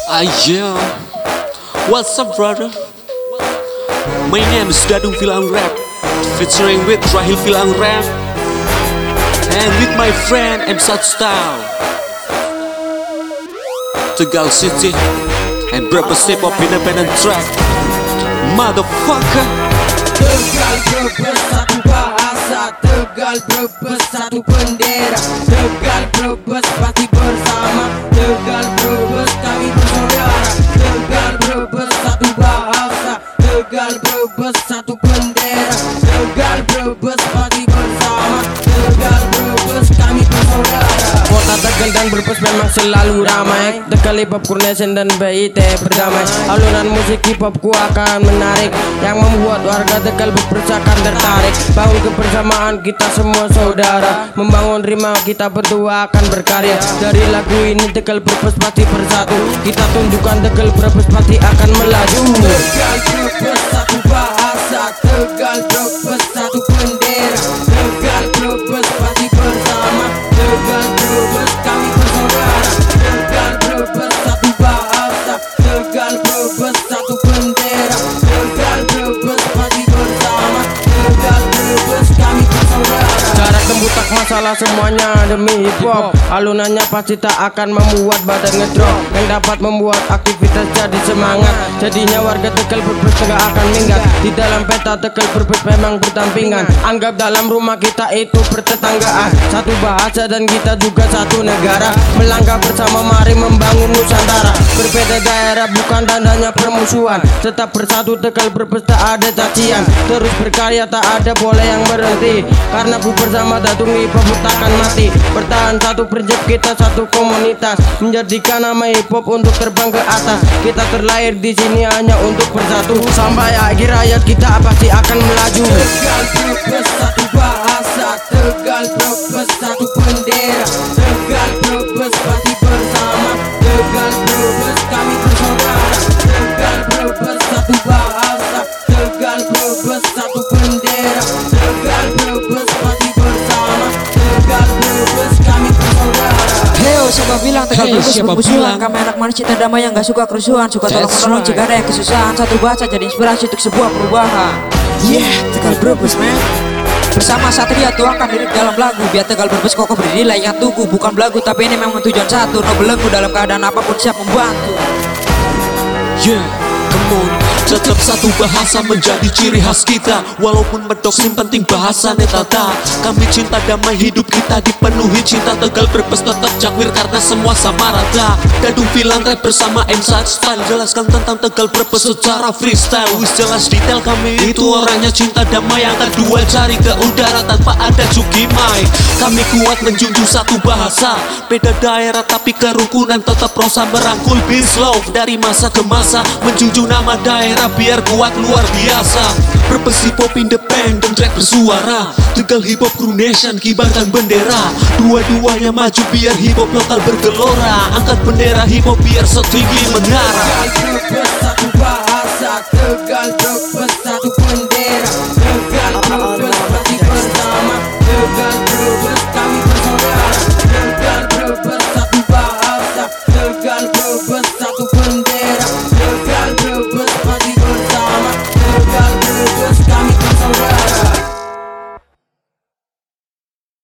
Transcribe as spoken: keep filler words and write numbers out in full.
Ah yeah, what's up brother? My name is Dadung Filang Rap, featuring with Rahil Filang Rap, and with my friend M Sat Style, Tegal City, and Brebes Hip Hop Independent Track. Motherfucker. Tegal Brebes satu bahasa, Tegal Brebes satu bendera, Tegal Brebes pasti bersama, Tegal Brebes kami bersaudara, Tegal Brebes satu bahasa, Tegal Brebes satu bendera, Tegal Brebes pasti bersama, Tegal Brebes kami bersaudara. Kota Tegal dan Brebes memang selalu ramai, Tegal Hip Hop Coordination dan B I T berdamai. Alunan musik hip hopku akan menarik, yang membuat warga Tegal Brebes akan tertarik. Bangun kebersamaan kita semua saudara, membangun rima kita berdua akan berkarya. Dari lagu ini Tegal Brebes pasti bersatu, kita tunjukkan Tegal Brebes pasti akan melaju. Tegal Brebes satu bahasa, Tegal Brebes satu bendera, Tegal Brebes pasti bersama, Tegal Brebes kami bersaudara, Tegal Brebes satu bahasa, Tegal Brebes satu bendera, Tegal Brebes pasti bersama, Tegal Brebes kami bersaudara. Jarak tembus tak masalah semuanya demi hip hop, alunannya pasti tak akan membuat badan ngedrop, yang dapat membuat aktivitas jadi semangat. Jadinya warga Tegal Brebes tidak akan minggat, di dalam peta Tegal Brebes memang berdampingan. Anggap dalam rumah kita itu bertetanggaan, satu bahasa dan kita juga satu negara. Melangkah bersama mari membangun Nusantara, berbeda daerah bukan tandanya permusuhan. Tetap bersatu Tegal Brebes tak ada cacian, terus berkarya tak ada boleh yang berhenti, karena ku bersama Dadung Hip Hop takkan mati. Bertahan satu prinsip kita satu komunitas, menjadikan nama hip hop untuk terbang ke atas. Kita terlahir di sini hanya untuk bersatu, sampai akhir hayat kita pasti akan melaju. Tegal Brebes satu bahasa, Tegal Brebes satu bendera, Tegal Brebes pasti bersama, Tegal Brebes kami bersaudara, Tegal Brebes satu bahasa, Tegal Brebes satu bendera, Tegal Brebes pasti bersama, Tegal Brebes kami bersaudara. Heo, siapa bilang Tegal Hey, Brebes siapa bermusuhan? bilang? Kami anak manis cinta damai yang gak suka kerusuhan, suka That's tolong-menolong right. jika ada yang kesusahan. Satu bahasa jadi inspirasi untuk sebuah perubahan. Yeah, Tegal Brebes man. Bersama Satria tuangkan lirik dalam lagu, biar Tegal Brebes kokoh berdiri layaknya tugu. Bukan belagu tapi ini memang tujuan satu, no belenggu dalam keadaan apapun siap membantu. Yeah, come on. Tetap satu bahasa menjadi ciri khas kita, walaupun medok sing penting bahasa netata. Kami cinta damai, hidup kita dipenuhi cinta. Tegal Brebes tetap jakwir karena semua sama rata. Dadung Filang Rap bersama M Sat Style, jelaskan tentang Tegal Brebes secara freestyle. Wis jelas detail kami itu orangnya cinta damai, yang kedua cari ke udara tanpa ada cukimai. Kami kuat menjunjung satu bahasa, beda daerah tapi kerukunan tetap prosa merangkul. Peace love dari masa ke masa, menjunjung nama daerah biar kuat luar biasa. Brebes Hip Hop Independent Track bersuara, Tegal Hip Hop Coordination kibarkan bendera. Dua-duanya maju biar hip hop lokal bergelora, angkat bendera hip hop biar setinggi menara. Tegal Brebes satu bahasa, Tegal Brebes